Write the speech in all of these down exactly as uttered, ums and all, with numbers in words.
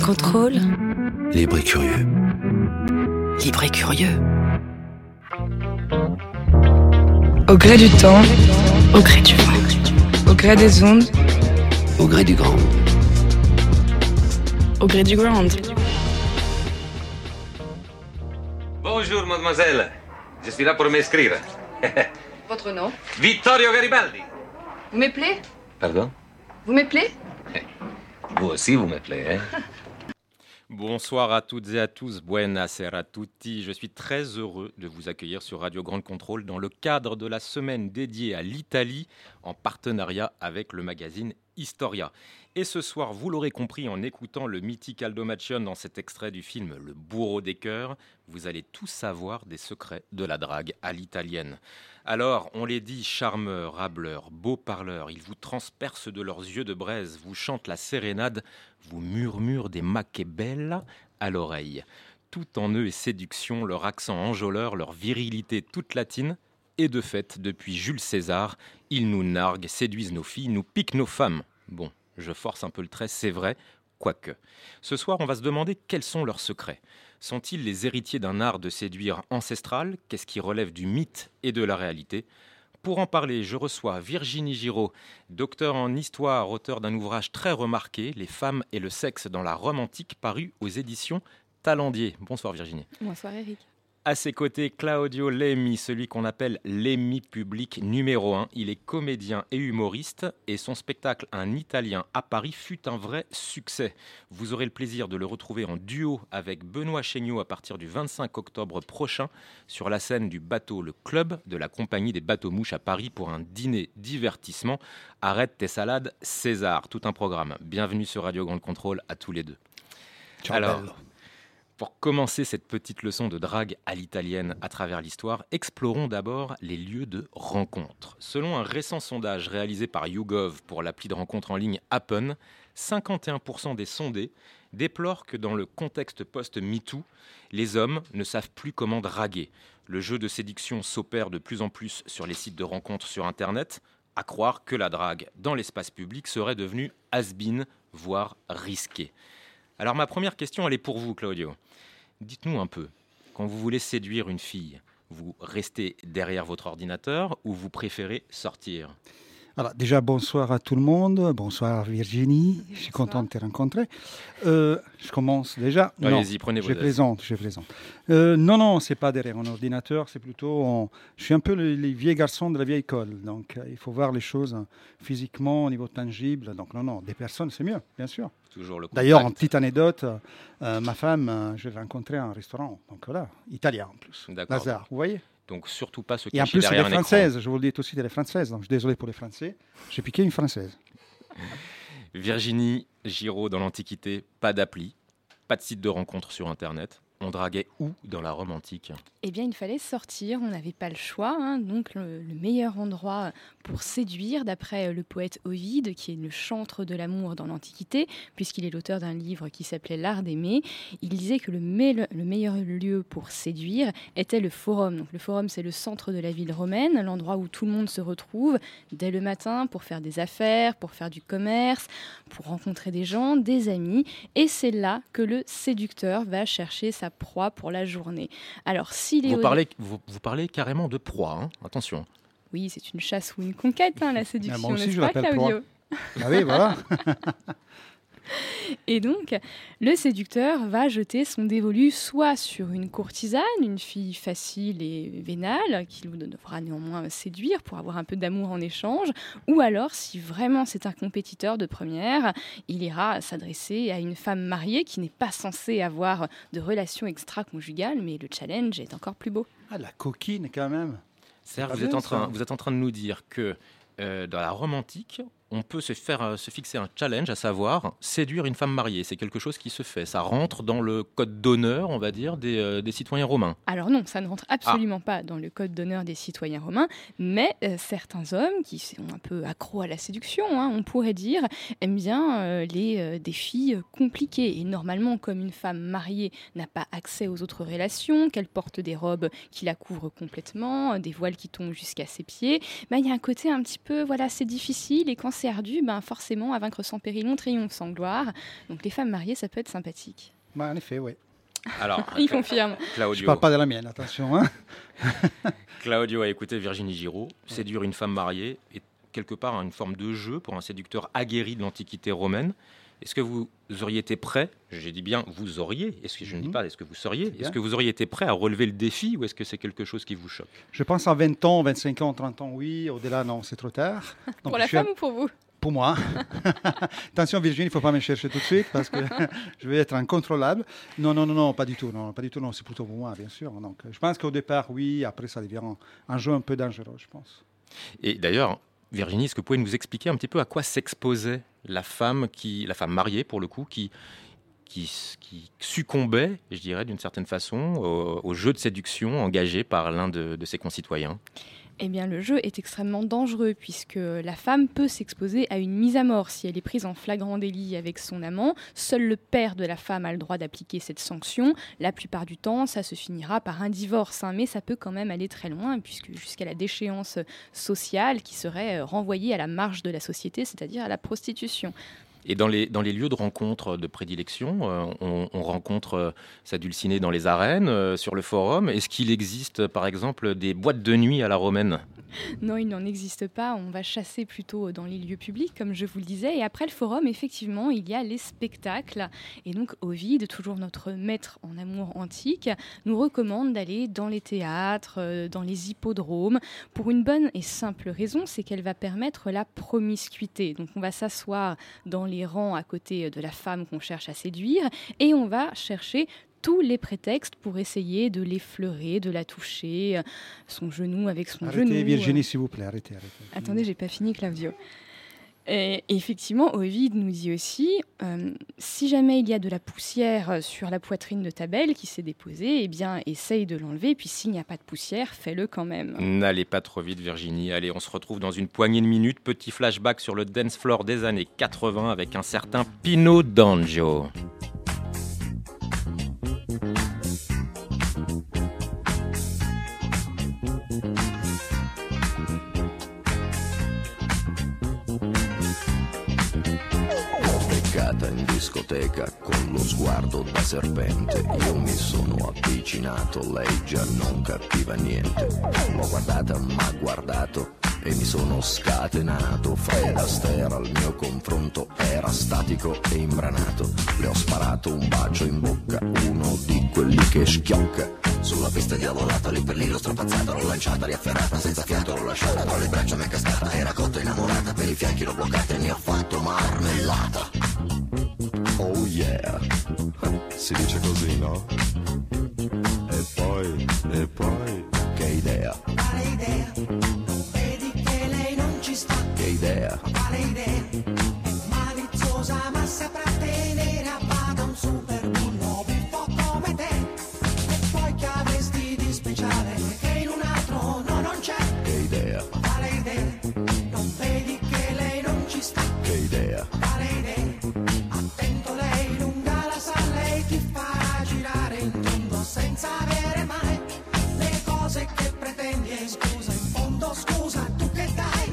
Contrôle. Libre et curieux. Libre et curieux. Au gré du temps, au gré du vent, au gré des ondes, au gré du grand. Au gré du grand. Bonjour, mademoiselle. Je suis là pour m'inscrire. Votre nom? Vittorio Garibaldi. Vous m'appelez? Pardon? Vous m'appelez? Vous aussi, vous m'appelez, hein? Bonsoir à toutes et à tous, buonasera tutti. Je suis très heureux de vous accueillir sur Radio Grande Contrôle dans le cadre de la semaine dédiée à l'Italie en partenariat avec le magazine Historia. Et ce soir, vous l'aurez compris en écoutant le mythique Aldo Macione dans cet extrait du film Le bourreau des cœurs, vous allez tout savoir des secrets de la drague à l'italienne. Alors, on les dit charmeurs, hâbleurs, beaux parleurs, ils vous transpercent de leurs yeux de braise, vous chantent la sérénade, vous murmurent des ma che bella à l'oreille. Tout en eux est séduction, leur accent enjôleur, leur virilité toute latine. Et de fait, depuis Jules César, ils nous narguent, séduisent nos filles, nous piquent nos femmes. Bon, je force un peu le trait, c'est vrai, quoique. Ce soir, on va se demander quels sont leurs secrets. Sont-ils les héritiers d'un art de séduire ancestral? Qu'est-ce qui relève du mythe et de la réalité? Pour en parler, je reçois Virginie Giraud, docteur en histoire, auteur d'un ouvrage très remarqué, Les femmes et le sexe dans la Rome antique, paru aux éditions Talendier. Bonsoir Virginie. Bonsoir Eric. À ses côtés, Claudio Lemmi, celui qu'on appelle Lemmi public numéro un. Il est comédien et humoriste et son spectacle Un Italien à Paris fut un vrai succès. Vous aurez le plaisir de le retrouver en duo avec Benoît Chéniaud à partir du vingt-cinq octobre prochain sur la scène du bateau Le Club de la compagnie des bateaux-mouches à Paris pour un dîner divertissement. Arrête tes salades, César, tout un programme. Bienvenue sur Radio Grande Contrôle à tous les deux. Ciao, Alors, bello. Pour commencer cette petite leçon de drague à l'italienne à travers l'histoire, explorons d'abord les lieux de rencontre. Selon un récent sondage réalisé par YouGov pour l'appli de rencontre en ligne Happen, cinquante et un pour cent des sondés déplorent que dans le contexte post-MeToo, les hommes ne savent plus comment draguer. Le jeu de séduction s'opère de plus en plus sur les sites de rencontres sur Internet, à croire que la drague dans l'espace public serait devenue has-been, voire risquée. Alors ma première question, elle est pour vous, Claudio. Dites-nous un peu, quand vous voulez séduire une fille, vous restez derrière votre ordinateur ou vous préférez sortir? Alors, déjà, bonsoir à tout le monde. Bonsoir Virginie. Je suis content de te rencontrer. Euh, je commence déjà. Allez-y, prenez vos Je plaisante, je plaisante. Euh, non, non, c'est pas derrière un ordinateur. C'est plutôt. En... Je suis un peu les, les vieux garçons de la vieille école. Donc, euh, il faut voir les choses hein, physiquement, au niveau tangible. Donc, non, non, des personnes, c'est mieux, bien sûr. Toujours le contact. D'ailleurs, en petite anecdote, euh, ma femme, euh, je l'ai rencontrée à un restaurant. Donc, voilà, italien en plus. D'accord. Lazare, vous voyez? Donc surtout pas se Et en cacher plus, c'est derrière des un écran. françaises. Je vous le dis aussi, des françaises. Donc, je suis désolé pour les Français. J'ai piqué une française. Virginie Giraud dans l'Antiquité, pas d'appli, pas de site de rencontre sur Internet. On draguait où dans la Rome antique? Eh bien, il fallait sortir, on n'avait pas le choix. Hein, donc, le, le meilleur endroit pour séduire, d'après le poète Ovide, qui est le chantre de l'amour dans l'Antiquité, puisqu'il est l'auteur d'un livre qui s'appelait L'Art d'aimer, il disait que le, me- le meilleur lieu pour séduire était le forum. Donc, le forum, c'est le centre de la ville romaine, l'endroit où tout le monde se retrouve dès le matin pour faire des affaires, pour faire du commerce, pour rencontrer des gens, des amis. Et c'est là que le séducteur va chercher sa proie pour la journée. Alors, s'il est Vous au- parlez, vous, vous parlez carrément de proie, hein, attention. Oui, c'est une chasse ou une conquête, hein, la séduction, moi aussi, n'est-ce je pas, l'appelle proie. Claudio? Ah oui, voilà. Et donc, le séducteur va jeter son dévolu soit sur une courtisane, une fille facile et vénale, qui lui devra néanmoins séduire pour avoir un peu d'amour en échange, ou alors, si vraiment c'est un compétiteur de première, il ira s'adresser à une femme mariée qui n'est pas censée avoir de relations extra-conjugales, mais le challenge est encore plus beau. Ah, la coquine, quand même. C'est-à-dire pas que vous êtes, bien, en train, ça. vous êtes en train de nous dire que euh, dans la Rome antique, on peut se, faire, euh, se fixer un challenge, à savoir séduire une femme mariée. C'est quelque chose qui se fait. Ça rentre dans le code d'honneur, on va dire, des, euh, des citoyens romains. Alors non, ça ne rentre absolument pas dans le code d'honneur des citoyens romains, mais euh, certains hommes qui sont un peu accros à la séduction, hein, on pourrait dire, aiment bien euh, les euh, des filles compliquées. Et normalement, comme une femme mariée n'a pas accès aux autres relations, qu'elle porte des robes qui la couvrent complètement, des voiles qui tombent jusqu'à ses pieds, bah, il y a un côté un petit peu, voilà, c'est difficile. Et quand c'est ardu, ben forcément, à vaincre sans péril, on triomphe sans gloire. Donc les femmes mariées, ça peut être sympathique. Bah, en effet, oui. Alors, Il confirme. Claudio, Je ne parle pas de la mienne, attention. Hein. Claudio a écouté Virginie Giraud. Séduire une femme mariée est quelque part une forme de jeu pour un séducteur aguerri de l'Antiquité romaine. Est-ce que vous auriez été prêt, j'ai dit bien vous auriez, est-ce que je ne dis pas est-ce que vous seriez, est-ce que vous auriez été prêt à relever le défi ou est-ce que c'est quelque chose qui vous choque? Je pense à vingt ans, vingt-cinq ans, trente ans, oui. Au-delà, non, c'est trop tard. Donc, Pour la je suis femme un- ou pour vous? Pour moi. Attention Virginie, il ne faut pas me chercher tout de suite parce que je vais être incontrôlable. Non, non, non, non, pas du tout. Non, pas du tout. Non, c'est plutôt pour moi, bien sûr. Donc, je pense qu'au départ, oui. Après, ça devient un, un jeu un peu dangereux, je pense. Et d'ailleurs, Virginie, est-ce que vous pouvez nous expliquer un petit peu à quoi s'exposait la femme, qui, la femme mariée, pour le coup, qui, qui, qui succombait, je dirais, d'une certaine façon, au, au jeu de séduction engagé par l'un de, de ses concitoyens? Eh bien, le jeu est extrêmement dangereux puisque la femme peut s'exposer à une mise à mort si elle est prise en flagrant délit avec son amant. Seul le père de la femme a le droit d'appliquer cette sanction. La plupart du temps, ça se finira par un divorce, hein, mais ça peut quand même aller très loin puisque jusqu'à la déchéance sociale qui serait renvoyée à la marge de la société, c'est-à-dire à la prostitution. Et dans les, dans les lieux de rencontre de prédilection, euh, on, on rencontre euh, sa dulcinée dans les arènes, euh, sur le forum. Est-ce qu'il existe, par exemple, des boîtes de nuit à la romaine? Non, il n'en existe pas. On va chasser plutôt dans les lieux publics, comme je vous le disais. Et après le forum, effectivement, il y a les spectacles. Et donc, Ovide, toujours notre maître en amour antique, nous recommande d'aller dans les théâtres, euh, dans les hippodromes, pour une bonne et simple raison, c'est qu'elle va permettre la promiscuité. Donc, on va s'asseoir dans les rangs à côté de la femme qu'on cherche à séduire et on va chercher tous les prétextes pour essayer de l'effleurer, de la toucher, son genou avec son arrêtez, genou. Virginie, s'il vous plaît, arrêtez, arrêtez. Attendez, j'ai pas fini, Claudio. Et effectivement, Ovide nous dit aussi, euh, si jamais il y a de la poussière sur la poitrine de ta belle qui s'est déposée, eh bien, essaye de l'enlever, puis s'il n'y a pas de poussière, fais-le quand même. N'allez pas trop vite, Virginie. Allez, on se retrouve dans une poignée de minutes. Petit flashback sur le dance floor des années quatre-vingts avec un certain Pino D'Angio. In discoteca con lo sguardo da serpente io mi sono avvicinato, lei già non capiva niente. L'ho guardata, m'ha guardato e mi sono scatenato. Fred Astaire al mio confronto era statico e imbranato. Le ho sparato un bacio in bocca, uno di quelli che schiocca. Sulla pista diavolata, lì per lì l'ho strapazzata, l'ho lanciata, riafferrata, senza fiato l'ho lasciata, tra le braccia m'è cascata, era cotta innamorata, per i fianchi l'ho bloccata e ne ho fatto marmellata. Oh yeah, si dice così, no? E poi, e poi, che idea? Quale idea? Non vedi che lei non ci sta? Che idea? Quale idea? È maliziosa ma saprà tenere a bada un super bullo buffo come te. E poi che avresti di speciale che in un altro no non c'è? Che idea? Quale idea? Non vedi che lei non ci sta? Che idea? Quale idea? Attento, lei lunga la sa, lei ti farà girare in tondo senza avere mai le cose che pretendi. E scusa, in fondo scusa, tu che dai?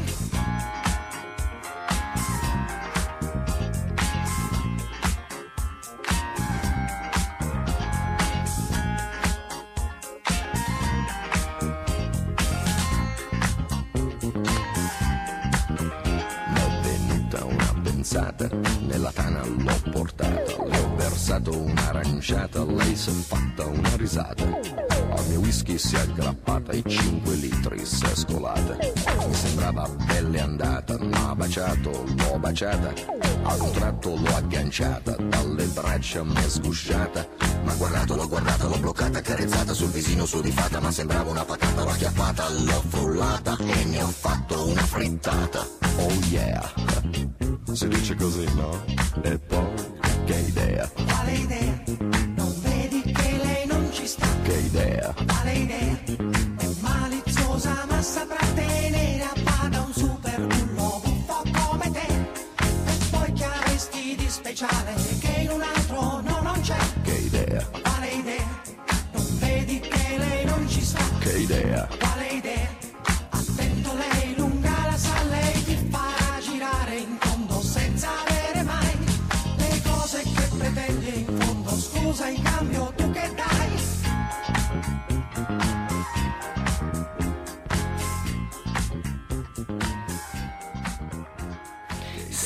M'è venuta una pensata, nella tana l'ho portata, le ho versato un'aranciata, lei s'è fatta una risata. Al mio whisky si è aggrappata e cinque litri si è scolata. Mi sembrava pelle andata, m'ha baciato, l'ho baciata, ad un tratto l'ho agganciata, dalle braccia m'è sgusciata. M'ha guardato, l'ho guardata, l'ho bloccata, carezzata sul visino su di fata, ma sembrava una patata, l'ho acchiappata, l'ho frullata e ne ho fatto una frittata. Oh yeah, si dice così, no? E poi, che idea? Quale idea? Non vedi che lei non ci sta? Che idea? Quale idea? È maliziosa ma saprà tenere a bada un super bullo buffo come te. E poi che avresti di speciale che in un altro no non c'è? Che idea? Quale idea? Non vedi che lei non ci sta? Che idea? Quale idea? Attento, lei lunga la sa, lei ti farà girare in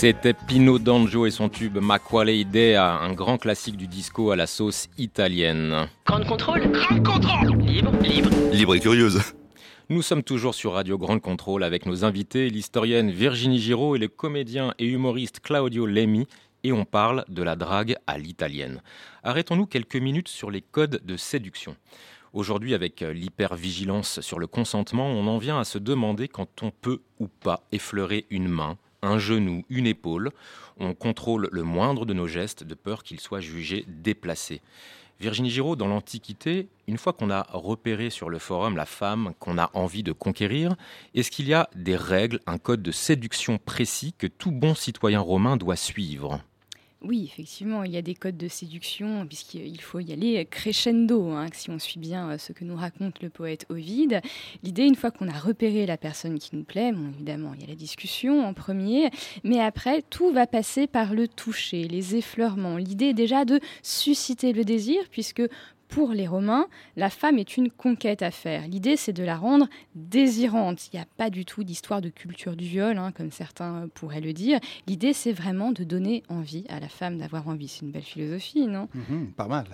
C'était Pino D'Angio et son tube Ma Quale Idea, un grand classique du disco à la sauce italienne. Grande contrôle. Grande contrôle. Libre, libre. Libre et curieuse. Nous sommes toujours sur Radio Grande Contrôle avec nos invités, l'historienne Virginie Giraud et le comédien et humoriste Claudio Lemi, et on parle de la drague à l'italienne. Arrêtons-nous quelques minutes sur les codes de séduction. Aujourd'hui, avec l'hypervigilance sur le consentement, on en vient à se demander quand on peut ou pas effleurer une main, un genou, une épaule. On contrôle le moindre de nos gestes de peur qu'ils soient jugés déplacés. Virginie Giraud, dans l'Antiquité, une fois qu'on a repéré sur le forum la femme qu'on a envie de conquérir, est-ce qu'il y a des règles, un code de séduction précis que tout bon citoyen romain doit suivre ? Oui, effectivement, il y a des codes de séduction, puisqu'il faut y aller crescendo, hein, si on suit bien ce que nous raconte le poète Ovide. L'idée, une fois qu'on a repéré la personne qui nous plaît, bon, évidemment, il y a la discussion en premier, mais après, tout va passer par le toucher, les effleurements. L'idée est déjà de susciter le désir, puisque pour les Romains, la femme est une conquête à faire. L'idée, c'est de la rendre désirante. Il n'y a pas du tout d'histoire de culture du viol, hein, comme certains pourraient le dire. L'idée, c'est vraiment de donner envie à la femme d'avoir envie. C'est une belle philosophie, non ? Mmh, Pas mal.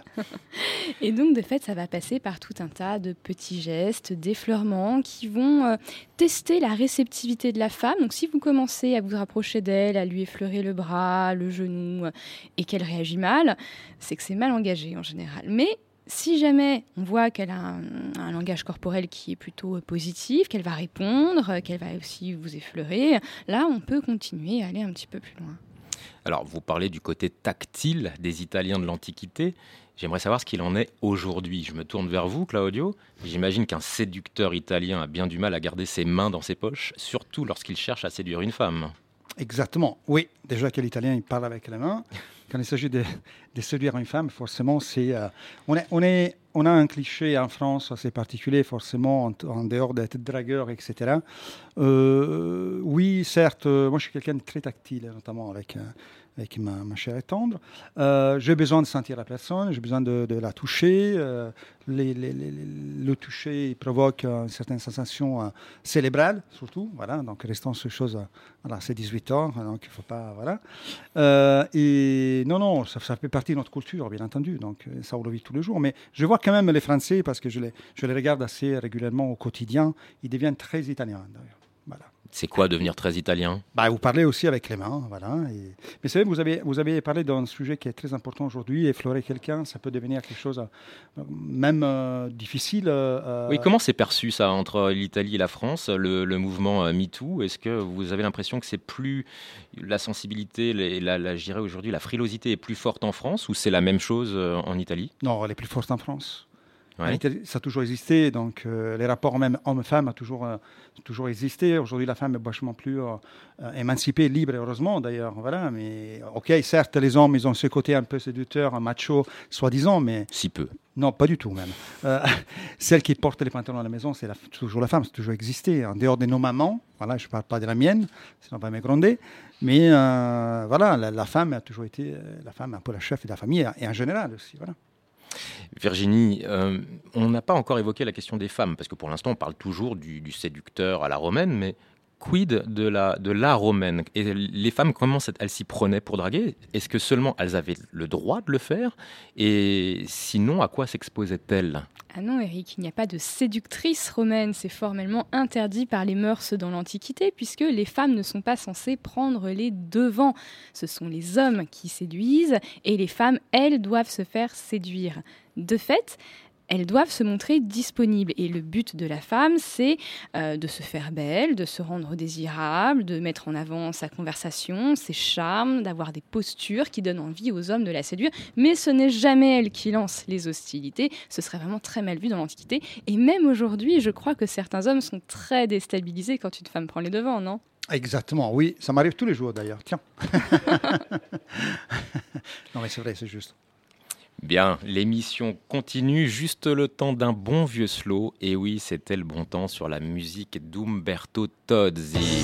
Et donc, de fait, ça va passer par tout un tas de petits gestes, d'effleurements qui vont euh, tester la réceptivité de la femme. Donc, si vous commencez à vous rapprocher d'elle, à lui effleurer le bras, le genou, euh, et qu'elle réagit mal, c'est que c'est mal engagé en général. Mais si jamais on voit qu'elle a un, un langage corporel qui est plutôt positif, qu'elle va répondre, qu'elle va aussi vous effleurer, là, on peut continuer à aller un petit peu plus loin. Alors, vous parlez du côté tactile des Italiens de l'Antiquité. J'aimerais savoir ce qu'il en est aujourd'hui. Je me tourne vers vous, Claudio. J'imagine qu'un séducteur italien a bien du mal à garder ses mains dans ses poches, surtout lorsqu'il cherche à séduire une femme. Exactement, oui. Déjà que l'Italien, il parle avec les mains. Quand il s'agit de, de séduire une femme, forcément, c'est, euh, on, est, on, est, on a un cliché en France assez particulier, forcément, en, en dehors d'être dragueur, et cetera. Euh, oui, certes, euh, moi, je suis quelqu'un de très tactile, notamment avec, euh, avec ma, ma chair est tendre. Euh, j'ai besoin de sentir la personne, j'ai besoin de, de la toucher. Euh, les, les, les, le toucher provoque une certaine sensation euh, cérébrale, surtout. Voilà, donc, restons sur choses. Euh, voilà, c'est dix-huit ans, donc il ne faut pas. Voilà. Euh, et non, non, ça, ça fait partie de notre culture, bien entendu. Donc, ça, on le vit tous les jours. Mais je vois quand même les Français, parce que je les, je les regarde assez régulièrement au quotidien, ils deviennent très italiens, d'ailleurs. Voilà. C'est quoi devenir très italien ? Bah, vous parlez aussi avec les mains, voilà. Et... Mais c'est vrai, vous avez, vous avez parlé d'un sujet qui est très important aujourd'hui. Effleurer quelqu'un, ça peut devenir quelque chose euh, même euh, difficile. Euh... Oui, comment c'est perçu ça entre l'Italie et la France, le, le mouvement euh, MeToo ? Est-ce que vous avez l'impression que c'est plus la sensibilité, la, la, la, je dirais aujourd'hui, la frilosité est plus forte en France, ou c'est la même chose euh, en Italie ? Non, elle est plus forte en France. Ouais. Ça a toujours existé, donc euh, les rapports même homme-femme ont toujours, euh, toujours existé. Aujourd'hui, la femme est vachement plus euh, émancipée, libre, heureusement d'ailleurs. Voilà. Mais ok, certes, les hommes, ils ont ce côté un peu séducteur, macho, soi-disant, mais si peu. Non, pas du tout même. Euh, celle qui porte les pantalons à la maison, c'est la, toujours la femme, c'est toujours existé. En dehors de nos mamans, voilà, je ne parle pas de la mienne, sinon on va me gronder. Mais euh, voilà, la, la femme a toujours été, la femme un peu la chef de la famille, et en général aussi, voilà. Virginie, euh, on n'a pas encore évoqué la question des femmes, parce que pour l'instant, on parle toujours du, du séducteur à la romaine, mais quid de la, de la romaine ? Et les femmes, comment elles s'y prenaient pour draguer ? Est-ce que seulement elles avaient le droit de le faire ? Et sinon, à quoi s'exposaient-elles ? Ah non, Eric, il n'y a pas de séductrice romaine. C'est formellement interdit par les mœurs dans l'Antiquité, puisque les femmes ne sont pas censées prendre les devants. Ce sont les hommes qui séduisent, et les femmes, elles, doivent se faire séduire. De fait, elles doivent se montrer disponibles. Et le but de la femme, c'est euh, de se faire belle, de se rendre désirable, de mettre en avant sa conversation, ses charmes, d'avoir des postures qui donnent envie aux hommes de la séduire. Mais ce n'est jamais elle qui lance les hostilités. Ce serait vraiment très mal vu dans l'Antiquité. Et même aujourd'hui, je crois que certains hommes sont très déstabilisés quand une femme prend les devants, non ? Exactement, oui. Ça m'arrive tous les jours, d'ailleurs. Tiens. Non, mais c'est vrai, c'est juste. Bien, l'émission continue, juste le temps d'un bon vieux slow. Et oui, c'était le bon temps sur la musique d'Umberto Tozzi.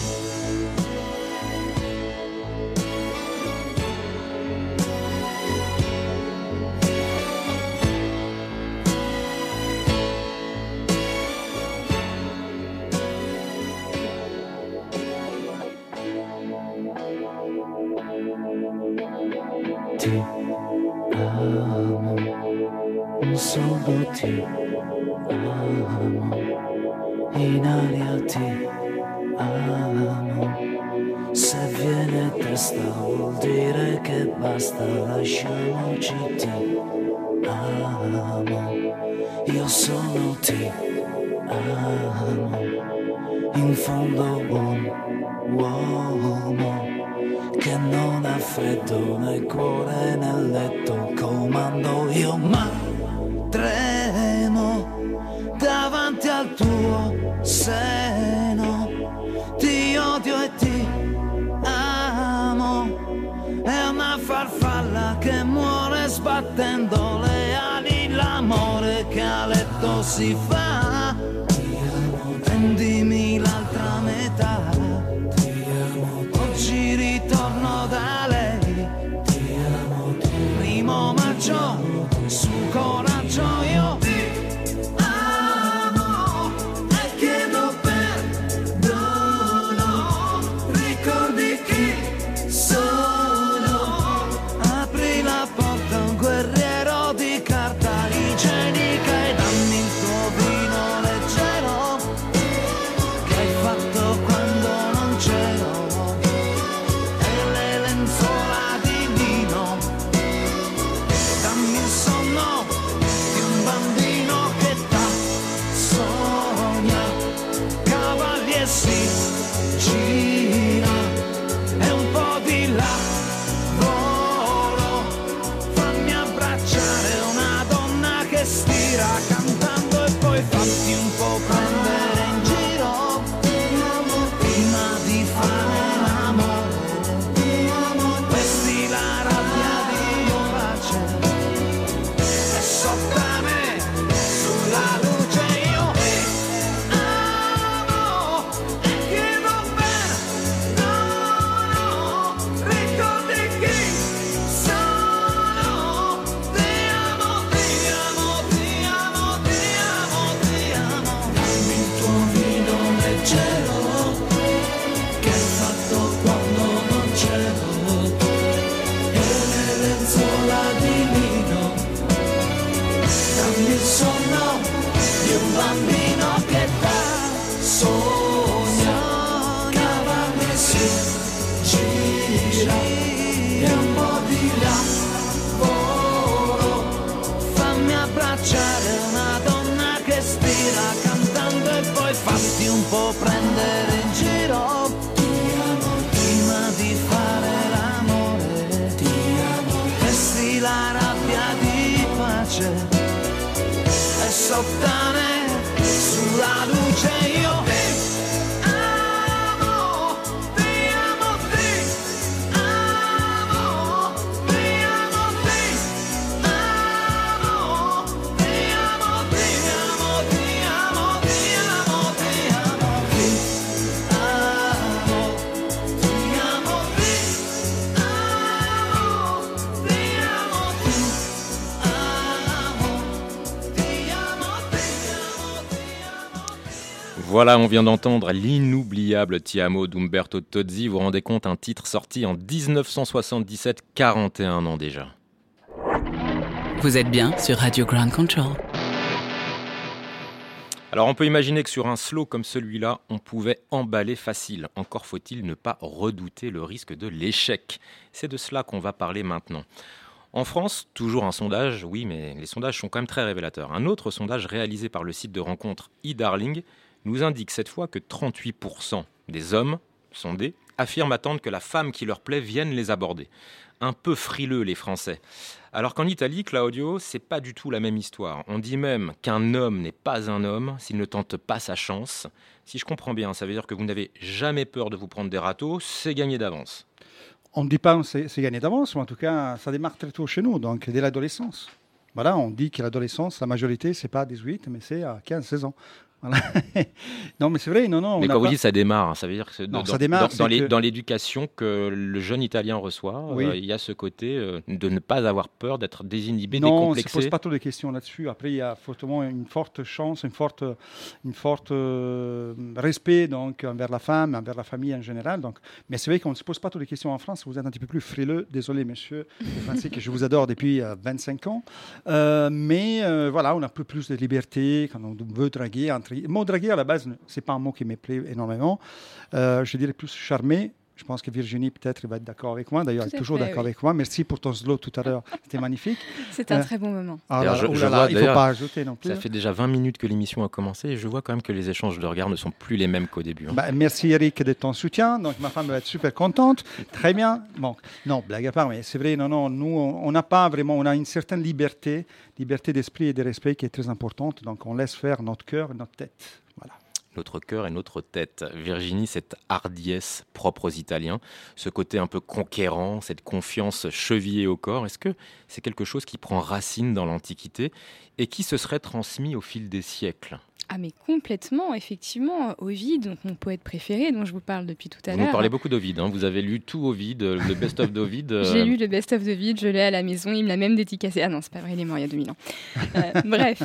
amo, solo ti amo, in aria ti amo. Se viene testa vuol dire che basta, lasciamoci ti amo. Io sono ti amo, in fondo buon uomo che non ha freddo né cuore né letto, comando io ma tremo davanti al tuo seno, ti odio e ti amo, è una farfalla che muore sbattendo le ali, l'amore che a letto si fa, prendimi l'altra metà, oggi ritorno da lei, primo maggio, su coraggio io ti amo e chiedo perdono, ricordi chi sono, apri la porta a un guerriero di carta igienica e dammi il tuo vino leggero che hai fatto quando non c'ero, e le lenzuola di lino, dammi il sonno di un bambino che t'ha sogna, cavalli e si gira e un po' di là volo, fammi abbracciare una donna che stira cantando e poi fatti un po' prendere in giro prima di fare l'amore, vesti la rabbia di pace e sopra me sulla luce io ti amo e chiedo perdono, ricordi chi sono, ti amo, ti amo, ti amo, ti amo, ti amo, dammi il tuo vino leggero che hai fatto quando non c'ero, e le lenzuola di lino, dammi il sonno di un bambino che t'ha sogna, cavalli e si gira e un po' di là volo, fammi abbracciare una donna che stira cantando e poi fatti un po' prendere in giro prima di fare l'amore, vesti la rabbia di pace e sottane sulla luce io ti amo, ti amo, ti amo, ti amo, ti amo, ti amo, ti amo, ti amo, ti amo, ti amo, ti amo, ti amo, ti amo, ti amo, ti Voilà, on vient d'entendre l'inoubliable Ti amo d'Umberto Tozzi. Vous vous rendez compte, un titre sorti en dix-neuf cent soixante-dix-sept, quarante et un ans déjà. Vous êtes bien sur Radio Ground Control. Alors on peut imaginer que sur un slow comme celui-là, on pouvait emballer facile. Encore faut-il ne pas redouter le risque de l'échec. C'est de cela qu'on va parler maintenant. En France, toujours un sondage, oui, mais les sondages sont quand même très révélateurs. Un autre sondage réalisé par le site de rencontre eDarling nous indique cette fois que trente-huit pour cent des hommes sondés affirment attendre que la femme qui leur plaît vienne les aborder. Un peu frileux les Français. Alors qu'en Italie, Claudio, c'est pas du tout la même histoire. On dit même qu'un homme n'est pas un homme s'il ne tente pas sa chance. Si je comprends bien, ça veut dire que vous n'avez jamais peur de vous prendre des râteaux, c'est gagné d'avance. On ne dit pas que c'est, c'est gagné d'avance, mais en tout cas, ça démarre très tôt chez nous, donc dès l'adolescence. Voilà, on dit que l'adolescence, la majorité, c'est pas à dix-huit, mais c'est à quinze seize ans. Voilà. Non, mais c'est vrai, non, non. Mais on quand vous pas... dites ça démarre, hein, ça veut dire que c'est non, dans, ça démarre, dans, dans, les, que... dans l'éducation que le jeune Italien reçoit, oui. euh, il y a ce côté euh, de ne pas avoir peur, d'être désinhibé, non, décomplexé. Non, on ne se pose pas trop de questions là-dessus. Après, il y a fortement une forte chance, une forte, une forte euh, respect donc, envers la femme, envers la famille en général. Donc. Mais c'est vrai qu'on ne se pose pas trop de questions en France. Vous êtes un petit peu plus frileux. Désolé, monsieur, les Français, que je vous adore depuis euh, vingt-cinq ans. Euh, mais euh, voilà, on a un peu plus de liberté quand on veut draguer. Entre... Le mot draguer, à la base, ce n'est pas un mot qui me plaît énormément. Euh, je dirais plus charmer. Je pense que Virginie, peut-être, va être d'accord avec moi. D'ailleurs, elle est toujours fait, d'accord oui. avec moi. Merci pour ton slow tout à l'heure. C'était magnifique. C'est un euh, très bon moment. Ah là, je, je là, vois, il ne faut pas ajouter non plus. Ça fait déjà vingt minutes que l'émission a commencé et je vois quand même que les échanges de regards ne sont plus les mêmes qu'au début. Hein. Bah, merci Eric de ton soutien. Donc, ma femme va être super contente. Très bien. Bon, non, blague à part, mais c'est vrai, non, non, nous, on n'a pas vraiment, on a une certaine liberté, liberté d'esprit et de respect qui est très importante. Donc, on laisse faire notre cœur et notre tête. Voilà. Notre cœur et notre tête. Virginie, cette hardiesse propre aux Italiens, ce côté un peu conquérant, cette confiance chevillée au corps, est-ce que c'est quelque chose qui prend racine dans l'Antiquité et qui se serait transmis au fil des siècles ? Ah mais complètement, effectivement. Ovide, donc mon poète préféré dont je vous parle depuis tout à vous l'heure. Vous parlez beaucoup d'Ovide, hein. Vous avez lu tout Ovide, le best-of d'Ovide. Euh... J'ai lu le best-of d'Ovide, je l'ai à la maison, il me l'a même dédicacé. Ah non, c'est pas vrai, il est mort il y a deux mille ans. Euh, bref.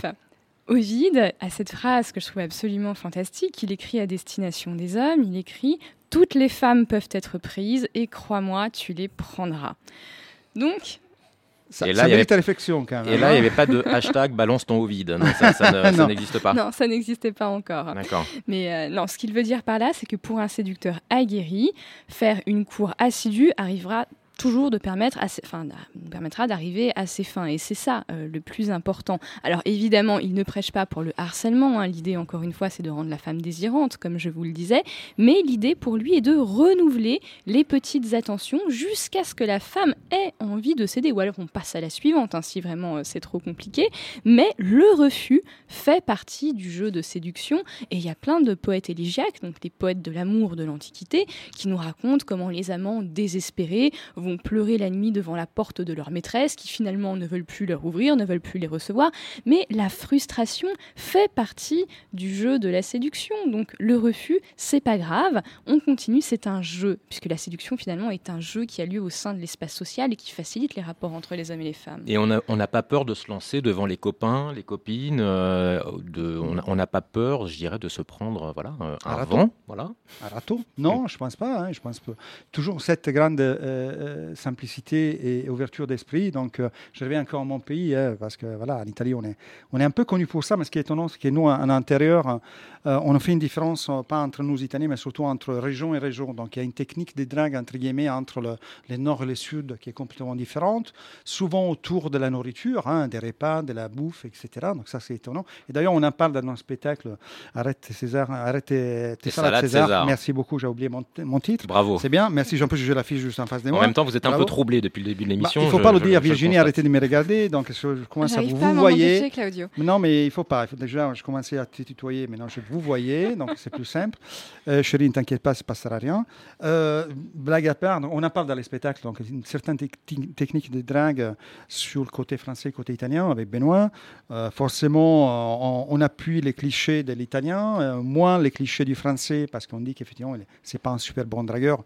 Ovide a cette phrase que je trouve absolument fantastique. Il écrit à destination des hommes, il écrit « Toutes les femmes peuvent être prises et crois-moi, tu les prendras ». Donc... Ça, et là, ça mérite ta réflexion quand même. Et là, il n'y avait pas de hashtag balance ton Ovide. Non, ça, ça, ne, ça n'existe pas. Non, ça n'existait pas encore. D'accord. Mais euh, non, ce qu'il veut dire par là, c'est que pour un séducteur aguerri, faire une cour assidue arrivera toujours de permettre à ses, enfin, nous permettra d'arriver à ses fins. Et c'est ça euh, le plus important. Alors évidemment, il ne prêche pas pour le harcèlement. Hein. L'idée, encore une fois, c'est de rendre la femme désirante, comme je vous le disais. Mais l'idée, pour lui, est de renouveler les petites attentions jusqu'à ce que la femme ait envie de céder. Ou alors on passe à la suivante, hein, si vraiment euh, c'est trop compliqué. Mais le refus fait partie du jeu de séduction. Et il y a plein de poètes élégiaques, donc les poètes de l'amour de l'Antiquité, qui nous racontent comment les amants désespérés vont pleurer la nuit devant la porte de leur maîtresse, qui finalement ne veulent plus leur ouvrir, ne veulent plus les recevoir. Mais la frustration fait partie du jeu de la séduction. Donc le refus, c'est pas grave, on continue, c'est un jeu, puisque la séduction finalement est un jeu qui a lieu au sein de l'espace social et qui facilite les rapports entre les hommes et les femmes. Et on n'a on n'a pas peur de se lancer devant les copains, les copines, euh, de, on n'a pas peur, je dirais, de se prendre voilà, euh, un râteau. vent. Voilà. Un râteau ? Non, je ne pense pas. Hein, je pense pas. Toujours cette grande euh, simplicité et ouverture d'esprit. Donc, euh, je reviens encore à mon pays, hein, parce que voilà, en Italie, on est, on est un peu connu pour ça. Mais ce qui est étonnant, c'est que nous, en, en intérieur, euh, on a fait une différence, euh, pas entre nous Italiens, mais surtout entre région et région. Donc, il y a une technique de drague, entre guillemets, entre le, les nord et le sud qui est complètement différente. Souvent autour de la nourriture, hein, des repas, de la bouffe, et cetera. Donc, ça, c'est étonnant. Et d'ailleurs, on en parle dans notre spectacle Arrête César, Arrête tes salades César. César. Merci beaucoup, j'ai oublié mon, mon titre. Bravo. C'est bien. Merci. En plus, j'ai la fiche juste en face de moi. En même temps, vous êtes un Bravo. peu troublé depuis le début de l'émission. Bah, il ne faut je, pas le je, dire, je, Virginie, je arrêtez de me regarder. Donc, je commence J'arrive à vous pas à m'en voyer. empêcher, Claudio. Non, mais il ne faut pas. Il faut déjà, je commençais à te tutoyer, maintenant je vous voyais, donc c'est plus simple. Euh, chérie, ne t'inquiète pas, ça ne passera rien. Euh, blague à part, on en parle dans les spectacles, donc une certaine te- technique de drague sur le côté français, côté italien, avec Benoît. Euh, forcément, on, on appuie les clichés de l'italien, euh, moins les clichés du français, parce qu'on dit qu'effectivement, ce n'est pas un super bon dragueur.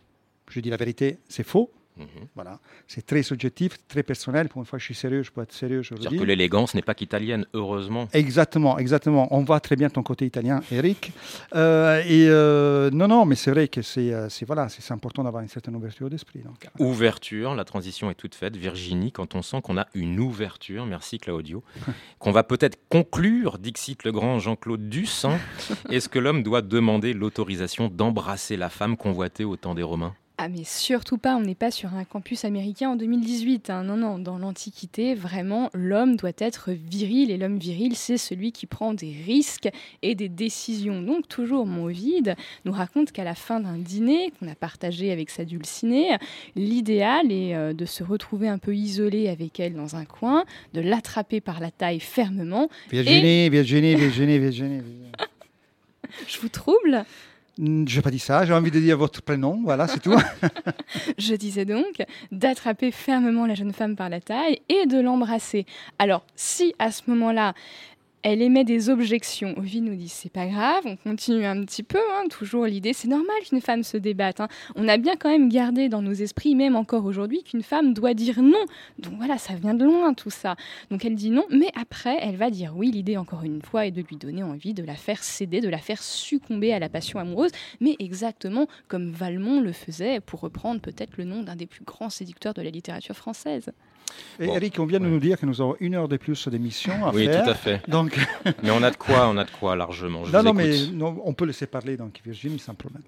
Je dis la vérité, c'est faux. Mmh. Voilà. C'est très subjectif, très personnel. Pour une fois, je suis sérieux, je peux être sérieux. Je C'est-à-dire que l'élégance n'est pas qu'italienne, heureusement. Exactement, exactement. On voit très bien ton côté italien, Eric. Euh, et euh, non, non, mais c'est vrai que c'est, c'est, voilà, c'est important d'avoir une certaine ouverture d'esprit. Donc. Ouverture, la transition est toute faite. Virginie, quand on sent qu'on a une ouverture, merci Claudio, qu'on va peut-être conclure, dixit le grand Jean-Claude Duss, hein, est-ce que l'homme doit demander l'autorisation d'embrasser la femme convoitée au temps des Romains ? Ah mais surtout pas, on n'est pas sur un campus américain en deux mille dix-huit. Hein. Non, non, dans l'Antiquité, vraiment, l'homme doit être viril. Et l'homme viril, c'est celui qui prend des risques et des décisions. Donc toujours, mon Ovide nous raconte qu'à la fin d'un dîner qu'on a partagé avec sa Dulcinée, l'idéal est euh, de se retrouver un peu isolé avec elle dans un coin, de l'attraper par la taille fermement. Virginie, et... Virginie, Virginie, Virginie. Je vous trouble ? Je n'ai pas dit ça, j'ai envie de dire votre prénom, voilà, c'est tout. Je disais donc d'attraper fermement la jeune femme par la taille et de l'embrasser. Alors, si à ce moment-là, Elle émet des objections. Ovid nous dit c'est pas grave, on continue un petit peu, hein, toujours l'idée, c'est normal qu'une femme se débatte. Hein. On a bien quand même gardé dans nos esprits, même encore aujourd'hui, qu'une femme doit dire non. Donc voilà, ça vient de loin tout ça. Donc elle dit non, mais après elle va dire oui. L'idée encore une fois est de lui donner envie, de la faire céder, de la faire succomber à la passion amoureuse, mais exactement comme Valmont le faisait, pour reprendre peut-être le nom d'un des plus grands séducteurs de la littérature française. Et Bon. Eric, on vient de nous dire que nous avons une heure de plus d'émission à Oui, faire. tout à fait. Donc... mais on a de quoi, on a de quoi largement. Je non, vous non, écoute. mais non, on peut laisser parler donc Virginie sans problème.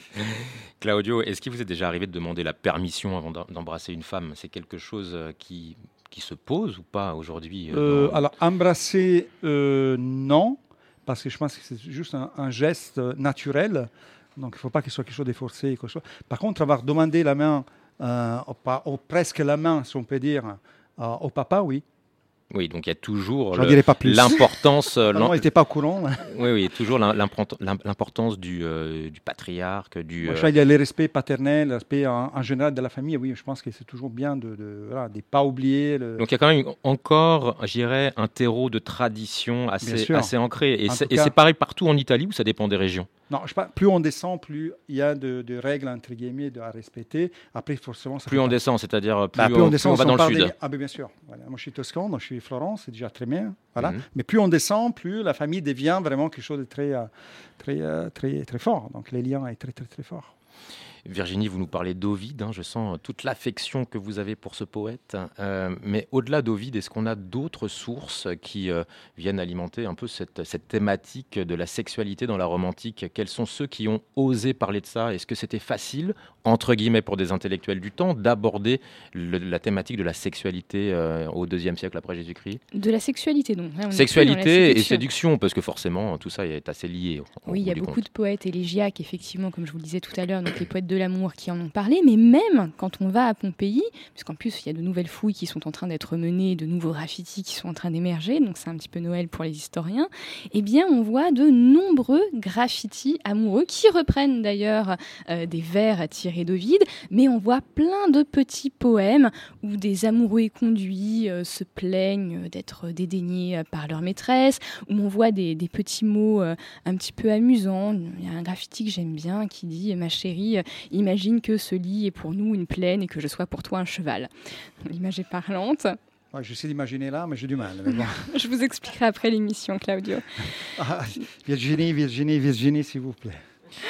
Claudio, est-ce qu'il vous est déjà arrivé de demander la permission avant d'embrasser une femme? C'est quelque chose qui, qui se pose ou pas aujourd'hui? euh, Alors, embrasser, euh, non, parce que je pense que c'est juste un, un geste naturel. Donc, il ne faut pas qu'il soit quelque chose de forcé. Quelque chose. Par contre, avoir demandé la main, euh, ou, ou presque la main, si on peut dire, euh, au papa, oui. Oui, donc il y a toujours le, pas plus. l'importance. Euh, non, il n'était pas au courant. Oui, oui, toujours l'importance du, euh, du patriarche, du. Moi, euh... il y a le respect paternel, le respect en, en général de la famille. Oui, je pense que c'est toujours bien de ne voilà, pas oublier. Le... Donc il y a quand même encore, je dirais, un terreau de tradition assez, assez ancré. Et c'est cas... pareil partout en Italie ou ça dépend des régions? Non, je sais pas, plus on descend, plus il y a de, de règles entre guillemets de, à respecter. Après, forcément, ça plus on pas... descend, c'est-à-dire plus, bah, plus on, on, descend, plus on va dans le sud. Des... Ah, ben, bien sûr. Voilà. Moi, je suis toscan, donc je suis Florence, c'est déjà très bien. Voilà. Mm-hmm. Mais plus on descend, plus la famille devient vraiment quelque chose de très, très, très, très, très fort. Donc, les liens sont très, très, très forts. Virginie, vous nous parlez d'Ovide, hein, je sens toute l'affection que vous avez pour ce poète. Euh, mais au-delà d'Ovide, est-ce qu'on a d'autres sources qui euh, viennent alimenter un peu cette, cette thématique de la sexualité dans la romantique? Quels sont ceux qui ont osé parler de ça? Est-ce que c'était facile, entre guillemets, pour des intellectuels du temps, d'aborder le, la thématique de la sexualité euh, au deuxième siècle après Jésus-Christ? De la sexualité, donc. Là, on sexualité et séduction, parce que forcément, tout ça est assez lié. Au, oui, il y a beaucoup compte. de poètes élégiaques, effectivement, comme je vous le disais tout à l'heure, donc les poètes de l'amour qui en ont parlé, mais même quand on va à Pompéi, puisqu'en plus il y a de nouvelles fouilles qui sont en train d'être menées, de nouveaux graffitis qui sont en train d'émerger, donc c'est un petit peu Noël pour les historiens, eh bien on voit de nombreux graffitis amoureux qui reprennent d'ailleurs euh, des vers tirés d'Ovide, mais on voit plein de petits poèmes où des amoureux éconduits euh, se plaignent d'être dédaignés par leur maîtresse, où on voit des, des petits mots euh, un petit peu amusants. Il y a un graffiti que j'aime bien qui dit « Ma chérie, imagine que ce lit est pour nous une plaine et que je sois pour toi un cheval. » L'image est parlante. Ouais, j'essaie d'imaginer là, mais j'ai du mal. Mais bon. Je vous expliquerai après l'émission, Claudio. Ah, Virginie, Virginie, Virginie, s'il vous plaît.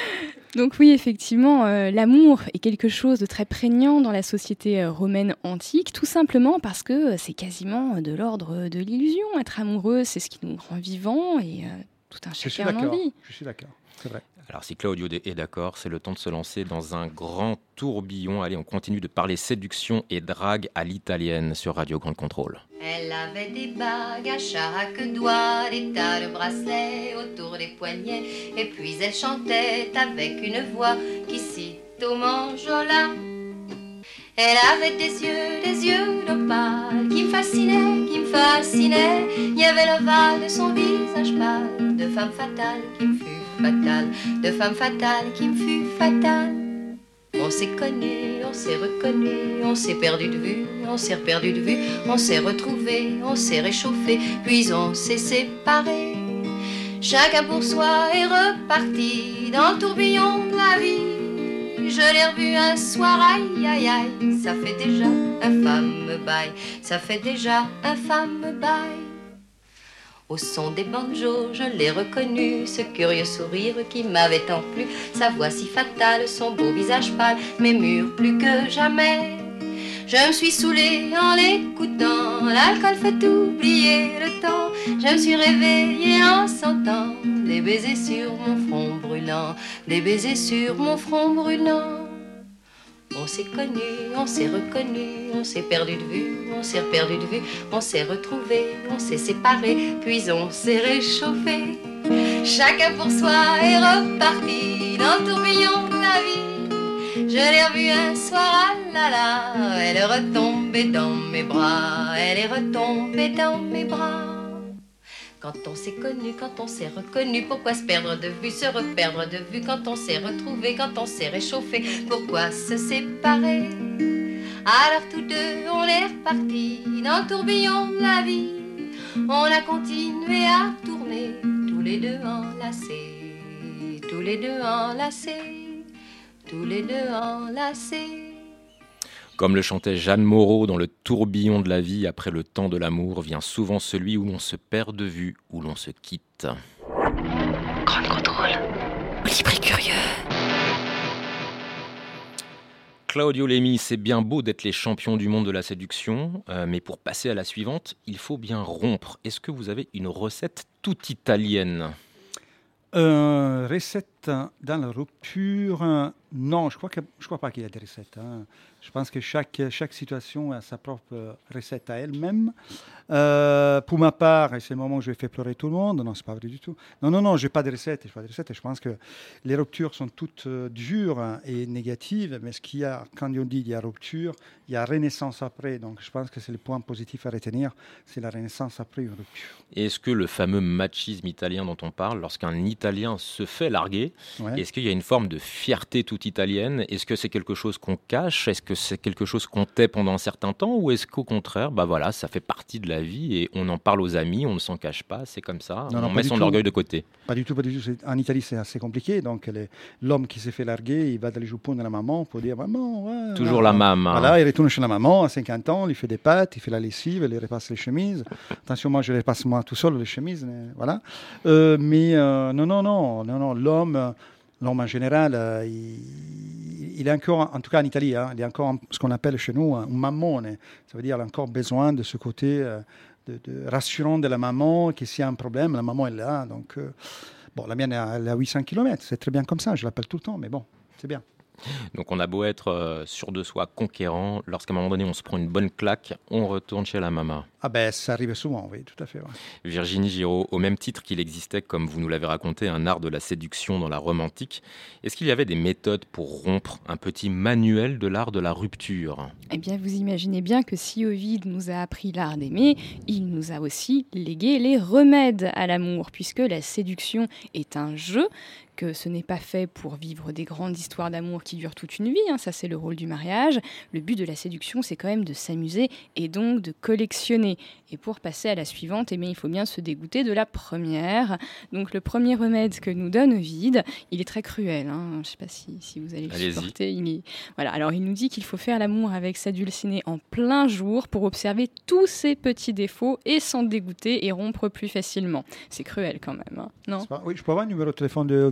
Donc oui, effectivement, euh, l'amour est quelque chose de très prégnant dans la société euh, romaine antique, tout simplement parce que euh, c'est quasiment de l'ordre de l'illusion. Être amoureux, c'est ce qui nous rend vivants et euh, tout un chacun en envie. Je suis d'accord, c'est vrai. Alors si Claudio est d'accord, c'est le temps de se lancer dans un grand tourbillon. Allez, on continue de parler séduction et drague à l'italienne sur Radio Grande Contrôle. Elle avait des bagues à chaque doigt, des tas de bracelets autour des poignets, et puis elle chantait avec une voix qui cite au manjola. Elle avait des yeux, des yeux d'opale qui me fascinaient, qui me fascinaient. Il y avait l'ovale de son visage pâle, de femme fatale qui me fut fatale, de femme fatale qui me fut fatale. On s'est connu, on s'est reconnu, on s'est perdu de vue, on s'est perdu de vue, on s'est retrouvé, on s'est réchauffé, puis on s'est séparés. Chacun pour soi est reparti dans le tourbillon de la vie. Je l'ai revu un soir, aïe aïe aïe, ça fait déjà un fameux bail, ça fait déjà un fameux bail. Au son des banjos, je l'ai reconnu, ce curieux sourire qui m'avait tant plu, sa voix si fatale, son beau visage pâle, mes murs plus que jamais. Je me suis saoulée en l'écoutant, l'alcool fait oublier le temps. Je me suis réveillée en sentant des baisers sur mon front brûlant, des baisers sur mon front brûlant. On s'est connu, on s'est reconnu, on s'est perdu de vue, on s'est perdu de vue, on s'est retrouvé, on s'est séparé, puis on s'est réchauffé. Chacun pour soi est reparti dans le tourbillon de la vie. Je l'ai revue un soir, ah là là, elle est retombée dans mes bras, elle est retombée dans mes bras. Quand on s'est connu, quand on s'est reconnu, pourquoi se perdre de vue, se reperdre de vue? Quand on s'est retrouvé, quand on s'est réchauffé, pourquoi se séparer? Alors tous deux, on est repartis dans le tourbillon de la vie. On a continué à tourner, tous les deux enlacés, tous les deux enlacés, tous les deux enlacés. Comme le chantait Jeanne Moreau dans le tourbillon de la vie, après le temps de l'amour, vient souvent celui où l'on se perd de vue, où l'on se quitte. Grand contrôle. Libre et curieux. Claudio Lemi, c'est bien beau d'être les champions du monde de la séduction, euh, mais pour passer à la suivante, il faut bien rompre. Est-ce que vous avez une recette toute italienne ? Euh, recette dans la rupture, euh, non, je crois que je crois pas qu'il y ait des recettes. Hein. Je pense que chaque, chaque situation a sa propre recette à elle-même. Euh, pour ma part, et c'est le moment où je vais faire pleurer tout le monde, non, c'est pas vrai du tout. Non, non, non, j'ai pas de recettes. J'ai pas de recettes. Je pense que les ruptures sont toutes euh, dures hein, et négatives, mais ce qu'il y a, quand on dit il y a rupture, il y a renaissance après. Donc, je pense que c'est le point positif à retenir, c'est la renaissance après une rupture. Et est-ce que le fameux machisme italien dont on parle, lorsqu'un Italien se fait larguer, ouais. Est-ce qu'il y a une forme de fierté toute italienne ? Est-ce que c'est quelque chose qu'on cache ? Est-ce que c'est quelque chose qu'on tait pendant un certain temps ? Ou est-ce qu'au contraire, bah voilà, ça fait partie de la vie et on en parle aux amis, on ne s'en cache pas, c'est comme ça, non, on non, met son tout. orgueil de côté. Pas du tout, pas du tout. C'est, en Italie, c'est assez compliqué. Donc les, l'homme qui s'est fait larguer, il va dans les jupons de la maman pour dire maman. Ouais, Toujours ouais, la maman. Voilà, il retourne chez la maman à cinquante ans, il fait des pâtes, il fait la lessive, il repasse les chemises. Attention, moi je les repasse moi tout seul les chemises, mais voilà. Euh, mais euh, non, non, non, non, non, l'homme. L'homme en général, euh, il, il est encore, en tout cas en Italie, hein, il est encore ce qu'on appelle chez nous un mammone. Ça veut dire qu'il a encore besoin de ce côté euh, de, de rassurant de la maman, que s'il y a un problème, la maman est là. Donc, euh, bon, la mienne elle est à huit cents kilomètres, c'est très bien comme ça, je l'appelle tout le temps, mais bon, c'est bien. Donc on a beau être euh, sûr de soi, conquérant, lorsqu'à un moment donné on se prend une bonne claque, on retourne chez la maman. Ah ben ça arrive souvent, oui, tout à fait. Ouais. Virginie Giraud, au même titre qu'il existait, comme vous nous l'avez raconté, un art de la séduction dans la Rome antique, est-ce qu'il y avait des méthodes pour rompre, un petit manuel de l'art de la rupture ? Eh bien vous imaginez bien que si Ovide nous a appris l'art d'aimer, il nous a aussi légué les remèdes à l'amour, puisque la séduction est un jeu, que ce n'est pas fait pour vivre des grandes histoires d'amour qui durent toute une vie, hein, ça c'est le rôle du mariage. Le but de la séduction, c'est quand même de s'amuser et donc de collectionner. Et pour passer à la suivante, eh bien, il faut bien se dégoûter de la première. Donc le premier remède que nous donne Ovide, il est très cruel, hein. Je ne sais pas si, si vous allez le Allez-y. supporter. Il est... voilà. Alors il nous dit qu'il faut faire l'amour avec sa dulcinée en plein jour pour observer tous ses petits défauts et s'en dégoûter et rompre plus facilement. C'est cruel quand même, hein, non ? Pas... Oui, je peux avoir le numéro de téléphone de Ovide ?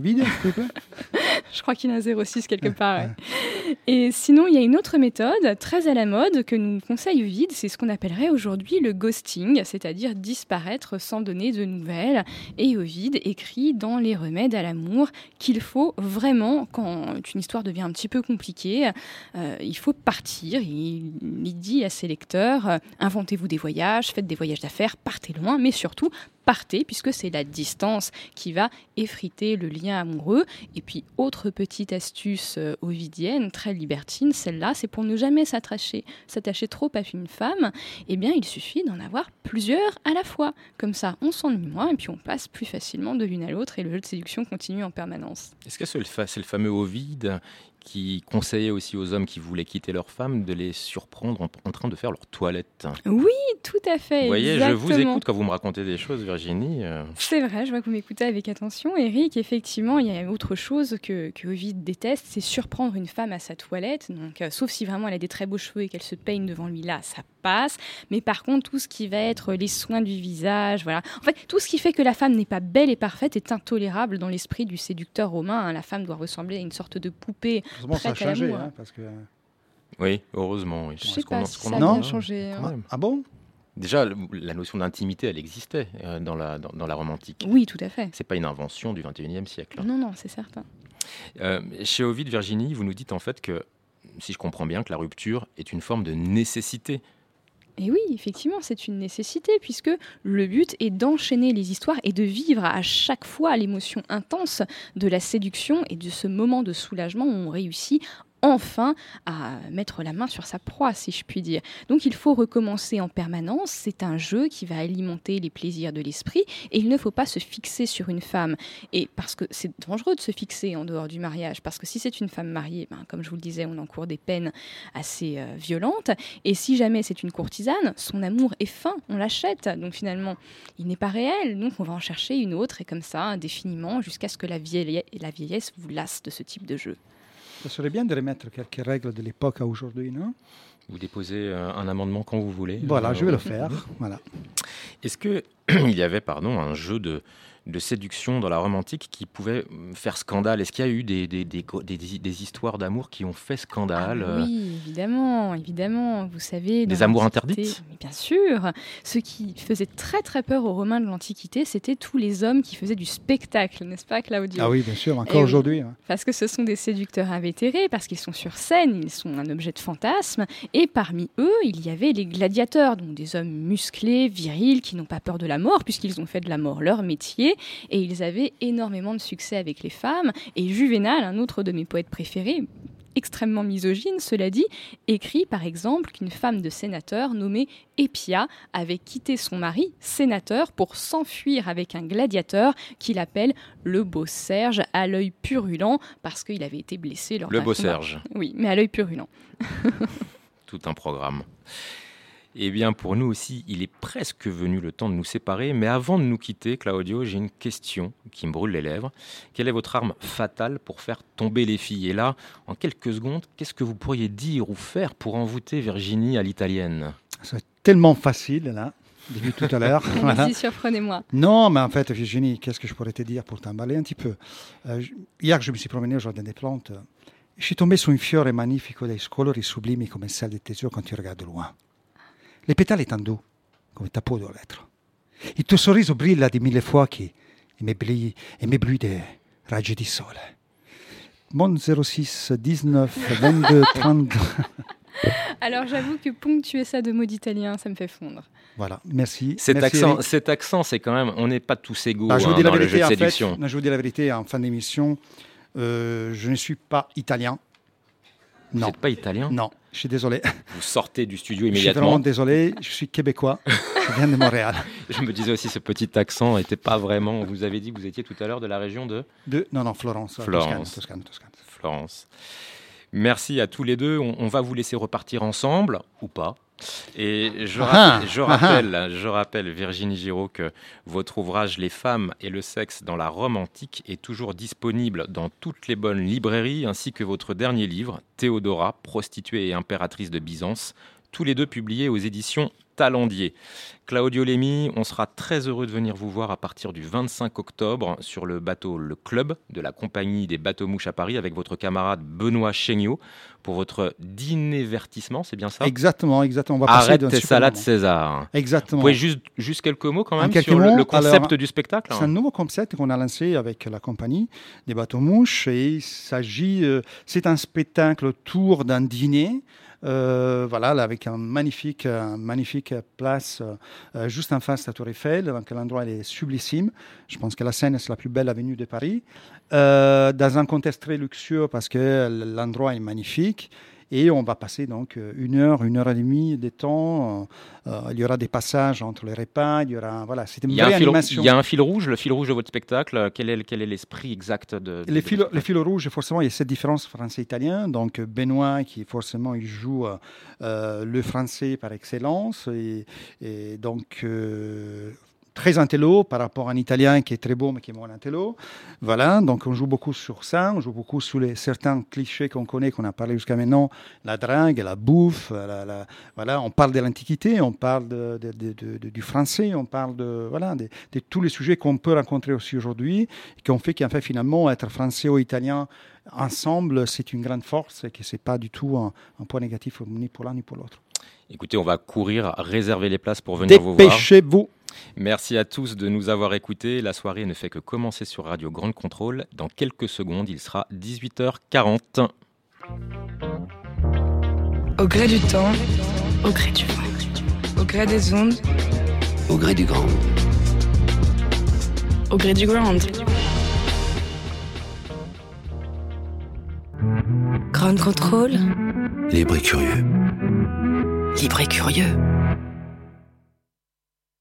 Je crois qu'il a un zéro six quelque part. Ouais. Et sinon, il y a une autre méthode très à la mode que nous conseille Ovide, c'est ce qu'on appellerait aujourd'hui le ghosting, c'est-à-dire disparaître sans donner de nouvelles. Et Ovide écrit dans Les remèdes à l'amour qu'il faut vraiment, quand une histoire devient un petit peu compliquée, euh, il faut partir. Il, il dit à ses lecteurs, euh, inventez-vous des voyages, faites des voyages d'affaires, partez loin, mais surtout partez, puisque c'est la distance qui va effriter le lien amoureux. Et puis, autre petite astuce euh, ovidienne, très libertine, celle-là, c'est pour ne jamais s'attacher, s'attacher trop à une femme, eh bien, il suffit d'en avoir plusieurs à la fois. Comme ça, on s'ennuie moins, et puis on passe plus facilement de l'une à l'autre, et le jeu de séduction continue en permanence. Est-ce que c'est le, fa- c'est le fameux Ovide qui conseillait aussi aux hommes qui voulaient quitter leur femme de les surprendre en, en train de faire leur toilette ? Oui, tout à fait. Vous voyez, exactement. Je vous écoute quand vous me racontez des choses, Virginie. Euh... C'est vrai, je vois que vous m'écoutez avec attention. Eric, effectivement, il y a autre chose que, que Ovide déteste, c'est surprendre une femme à sa toilette. Donc, euh, sauf si vraiment elle a des très beaux cheveux et qu'elle se peigne devant lui, là, ça passe. Mais par contre, tout ce qui va être les soins du visage, voilà. En fait, tout ce qui fait que la femme n'est pas belle et parfaite est intolérable dans l'esprit du séducteur romain. Hein. La femme doit ressembler à une sorte de poupée. Bon, ça a changé, hein, parce que... Oui, heureusement. Oui. Je ne sais pas si ça a non bien changé. Hein. Ah, ah bon ? Déjà, la notion d'intimité, elle existait euh, dans, la, dans, dans la Rome antique. Oui, tout à fait. C'est pas une invention du vingt et unième siècle. Hein. Non, non, c'est certain. Euh, chez Ovide, Virginie, vous nous dites en fait que, si je comprends bien, que la rupture est une forme de nécessité. Et oui, effectivement, c'est une nécessité, puisque le but est d'enchaîner les histoires et de vivre à chaque fois l'émotion intense de la séduction et de ce moment de soulagement où on réussit enfin à mettre la main sur sa proie, si je puis dire. Donc il faut recommencer en permanence, c'est un jeu qui va alimenter les plaisirs de l'esprit et il ne faut pas se fixer sur une femme. Et parce que c'est dangereux de se fixer en dehors du mariage, parce que si c'est une femme mariée, ben, comme je vous le disais, on encourt des peines assez euh, violentes, et si jamais c'est une courtisane, son amour est fin, on l'achète, donc finalement il n'est pas réel, donc on va en chercher une autre, et comme ça, indéfiniment, jusqu'à ce que la, vieille, la vieillesse vous lasse de ce type de jeu. Ça serait bien de remettre quelques règles de l'époque à aujourd'hui, non ? Vous déposez euh, un amendement quand vous voulez. Voilà, euh, je vais le faire. Voilà. Est-ce qu'il y avait pardon, un jeu de, de séduction dans la Rome antique qui pouvait faire scandale ? Est-ce qu'il y a eu des, des, des, des, des histoires d'amour qui ont fait scandale ? Ah, oui, évidemment, évidemment. Vous savez, des amours interdites ? Mais bien sûr. Ce qui faisait très très peur aux Romains de l'Antiquité, c'était tous les hommes qui faisaient du spectacle, n'est-ce pas, Claudio ? Ah oui, bien sûr, encore Et aujourd'hui. Oui, parce que ce sont des séducteurs invétérés, parce qu'ils sont sur scène, ils sont un objet de fantasme, et parmi eux, il y avait les gladiateurs, donc des hommes musclés, virils, qui n'ont pas peur de la mort, puisqu'ils ont fait de la mort leur métier, et ils avaient énormément de succès avec les femmes. Et Juvénal, un autre de mes poètes préférés, extrêmement misogyne, cela dit, écrit par exemple qu'une femme de sénateur nommée Épia avait quitté son mari, sénateur, pour s'enfuir avec un gladiateur qu'il appelle le beau Serge, à l'œil purulent, parce qu'il avait été blessé lors d'un combat. Le beau combat. Serge. Oui, mais à l'œil purulent. Tout un programme. Eh bien, pour nous aussi, il est presque venu le temps de nous séparer. Mais avant de nous quitter, Claudio, j'ai une question qui me brûle les lèvres. Quelle est votre arme fatale pour faire tomber les filles ? Et là, en quelques secondes, qu'est-ce que vous pourriez dire ou faire pour envoûter Virginie à l'italienne ? C'est tellement facile, là, depuis tout à l'heure. Allez-y, voilà. Surprenez-moi. Non, mais en fait, Virginie, qu'est-ce que je pourrais te dire pour t'emballer un petit peu ? euh, Hier, je me suis promené au Jardin des Plantes. Je suis tombé su un fiore magnifico dai colori sublimi come celle des tes yeux quand tu regardes de loin. Les pétales étant doux, come ta peau doit l'être. Il tuo sorriso brilla di mille fuochi e m'éblouit, et m'éblouit des raggi di sole. Mon zéro six dix-neuf vingt-deux trente-deux. Alors j'avoue que ponctuer ça de mots d'italien, ça me fait fondre. Voilà, merci. Cet, merci accent, cet accent, c'est quand même, on n'est pas tous égaux bah, hein, dans vérité, le jeu de séduction. Fait, je vous dis la vérité, en fin d'émission, euh, je ne suis pas italien. Vous non. n'êtes pas italien ? Non, je suis désolé. Vous sortez du studio Je immédiatement. suis vraiment désolé, je suis québécois, je viens de Montréal. Je me disais aussi, ce petit accent n'était pas vraiment... Vous avez dit que vous étiez tout à l'heure de la région de... de non, non, Florence. Florence. Toscane, Toscane, Toscane. Florence. Merci à tous les deux. On, on va vous laisser repartir ensemble, ou pas. Et je, ah, rappelle, je, rappelle, ah, je rappelle, Virginie Giraud, que votre ouvrage « Les femmes et le sexe dans la Rome antique » est toujours disponible dans toutes les bonnes librairies, ainsi que votre dernier livre, « Théodora, prostituée et impératrice de Byzance », tous les deux publiés aux éditions Talendier. Claudio Lemi, on sera très heureux de venir vous voir à partir du vingt-cinq octobre sur le bateau Le Club de la compagnie des bateaux-mouches à Paris avec votre camarade Benoît Chéniaud pour votre dînervertissement, c'est bien ça ? Exactement, exactement. On va Arrête passer tes salades César. Exactement. Vous pouvez juste, juste quelques mots quand même quelques sur mots, le, le concept alors, du spectacle hein. C'est un nouveau concept qu'on a lancé avec la compagnie des bateaux-mouches et il s'agit, euh, c'est un spectacle autour d'un dîner. Euh, voilà, là, avec un magnifique, un magnifique place euh, juste en face de la Tour Eiffel. Donc l'endroit il est sublissime. Je pense que la Seine c'est la plus belle avenue de Paris. Euh, dans un contexte très luxueux parce que l'endroit est magnifique. Et on va passer donc une heure, une heure et demie de temps. Euh, il y aura des passages entre les repas. Il y aura, voilà, c'est une il y a vraie un fil, animation. Il y a un fil rouge, le fil rouge de votre spectacle. Quel est, quel est l'esprit exact de, de les fils, de les fils rouges, forcément, il y a cette différence français-italien. Donc Benoît, qui forcément, il joue euh, le français par excellence. Et, et donc... Euh, très intello par rapport à un italien qui est très beau mais qui est moins intello. Voilà, donc on joue beaucoup sur ça, on joue beaucoup sur les, certains clichés qu'on connaît, qu'on a parlé jusqu'à maintenant, la drague, la bouffe, la, la, voilà, on parle de l'Antiquité, on parle de, de, de, de, de, du français, on parle de, voilà, de, de tous les sujets qu'on peut rencontrer aussi aujourd'hui et qui ont fait qu'en fait finalement être français ou italien ensemble, c'est une grande force et que ce n'est pas du tout un, un point négatif ni pour l'un ni pour l'autre. Écoutez, on va courir, réserver les places pour venir vous voir. Dépêchez-vous. Merci à tous de nous avoir écoutés. La soirée ne fait que commencer sur Radio Grande Contrôle. Dans quelques secondes, il sera dix-huit heures quarante. Au gré du temps, au gré du vent, au gré des ondes, au gré du grand, au gré du grand. Ground Control. Libre et curieux. Libre et curieux.